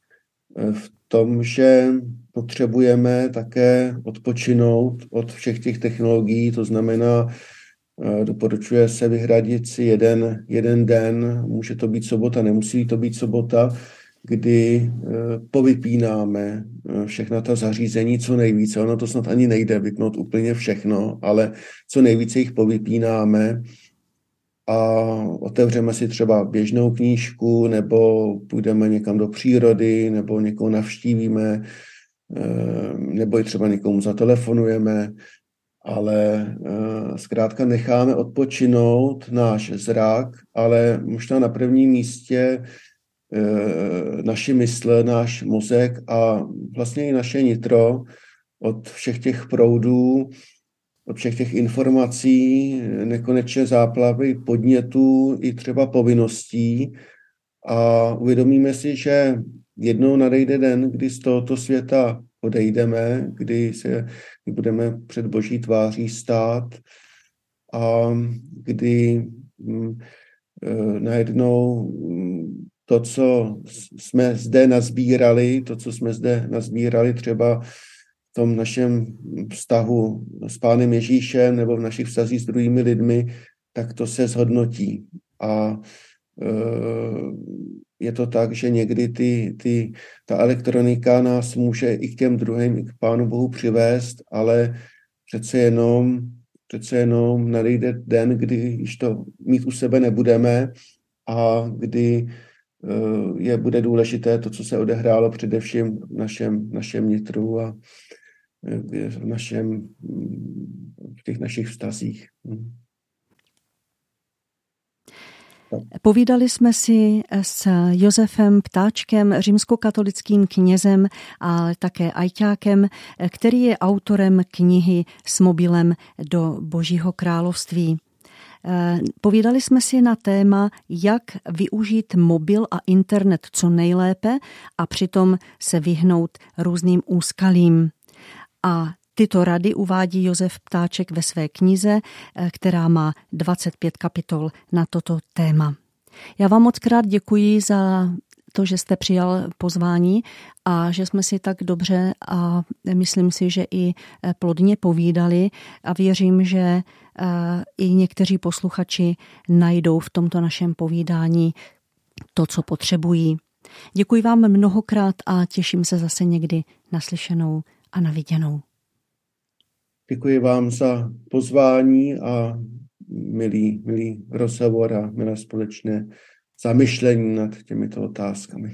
v tom, že potřebujeme také odpočinout od všech těch technologií, to znamená, doporučuje se vyhradit si jeden, jeden den, může to být sobota, nemusí to být sobota, kdy povypínáme všechna ta zařízení co nejvíce. Ono to snad ani nejde vypnout úplně všechno, ale co nejvíce jich povypínáme a otevřeme si třeba běžnou knížku nebo půjdeme někam do přírody nebo někoho navštívíme nebo i třeba někomu zatelefonujeme, ale zkrátka necháme odpočinout náš zrak, ale možná na prvním místě naši mysl, náš mozek a vlastně i naše nitro od všech těch proudů, od všech těch informací, nekonečné záplavy podnětů i třeba povinností a uvědomíme si, že jednou nadejde den, kdy z tohoto světa odejdeme, kdy se kdy budeme před Boží tváří stát a kdy hm, najednou to, co jsme zde nazbírali, to, co jsme zde nazbírali třeba v tom našem vztahu s Pánem Ježíšem nebo v našich vztazích s druhými lidmi, tak to se zhodnotí. A je to tak, že někdy ty, ty, ta elektronika nás může i k těm druhým, i k Pánu Bohu přivést, ale přece jenom, přece jenom nadejde den, kdy již to mít u sebe nebudeme a kdy je bude důležité to, co se odehrálo především v našem, našem nitru a v, našem, v těch našich vztazích. Povídali jsme si s Josefem Ptáčkem, římskokatolickým knězem a také ajťákem, který je autorem knihy S mobilem do Božího království. Povídali jsme si na téma, jak využít mobil a internet co nejlépe a přitom se vyhnout různým úskalím. A tyto rady uvádí Josef Ptáček ve své knize, která má dvacet pět kapitol na toto téma. Já vám moc krát děkuji za to, že jste přijal pozvání a že jsme si tak dobře a myslím si, že i plodně povídali a věřím, že i někteří posluchači najdou v tomto našem povídání to, co potřebují. Děkuji vám mnohokrát a těším se zase někdy naslyšenou a na viděnou. Děkuji vám za pozvání a milý, milý rozhovor a milé společné zamyšlení nad těmito otázkami.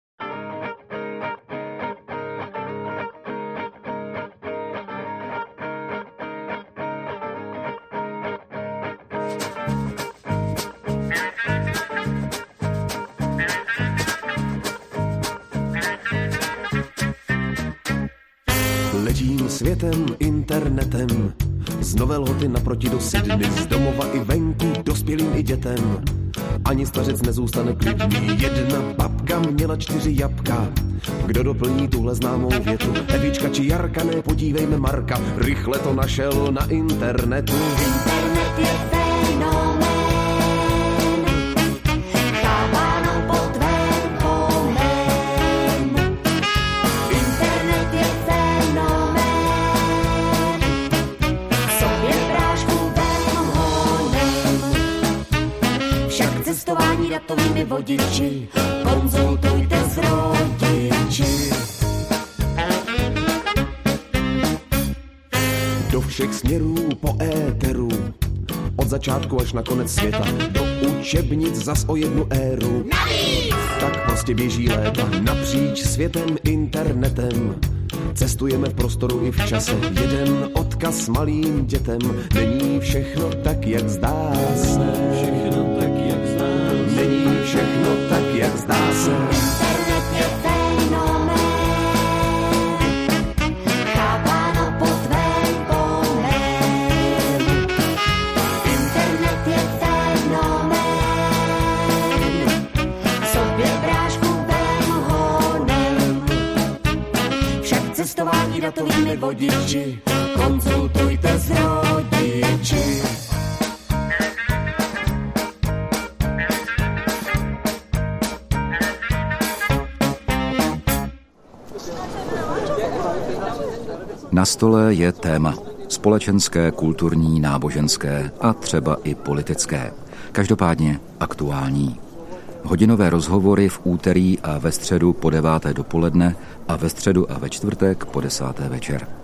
Letím světem, internetem, z Nové Lhoty naproti do Sydney, z domova i venku, dospělým i dětem. Ani stařec nezůstane klidný, jedna babka měla čtyři jabka. Kdo doplní tuhle známou větu? Evička či Jarka, ne, podívejme Marka, rychle to našel na internetu. Internet je fenomén, chápáno pod velkomén. Internet je fenomén, v sobě prášku vem honem. Však cestování datovými vodiči konzultujte s rodiči. Do všech směrů po éteru, od začátku až na konec světa, do učebnic zas o jednu éru. Navíc! Tak prostě běží léta napříč světem, internetem. Cestujeme v prostoru i v čase, jeden odkaz malým dětem. Není všechno tak, jak zdá se. Všechno tak, jak zdá se. Není všechno tak, jak zdá se. Internet je fenomén, chápáno pod velkomén. Internet je fenomén, v sobě prášku vem honem. Však cestování datovými vodiči konzultujte s rodiči. Na stole je téma. Společenské, kulturní, náboženské a třeba i politické. Každopádně aktuální. Hodinové rozhovory v úterý a ve středu po deváté dopoledne a ve středu a ve čtvrtek po desáté večer.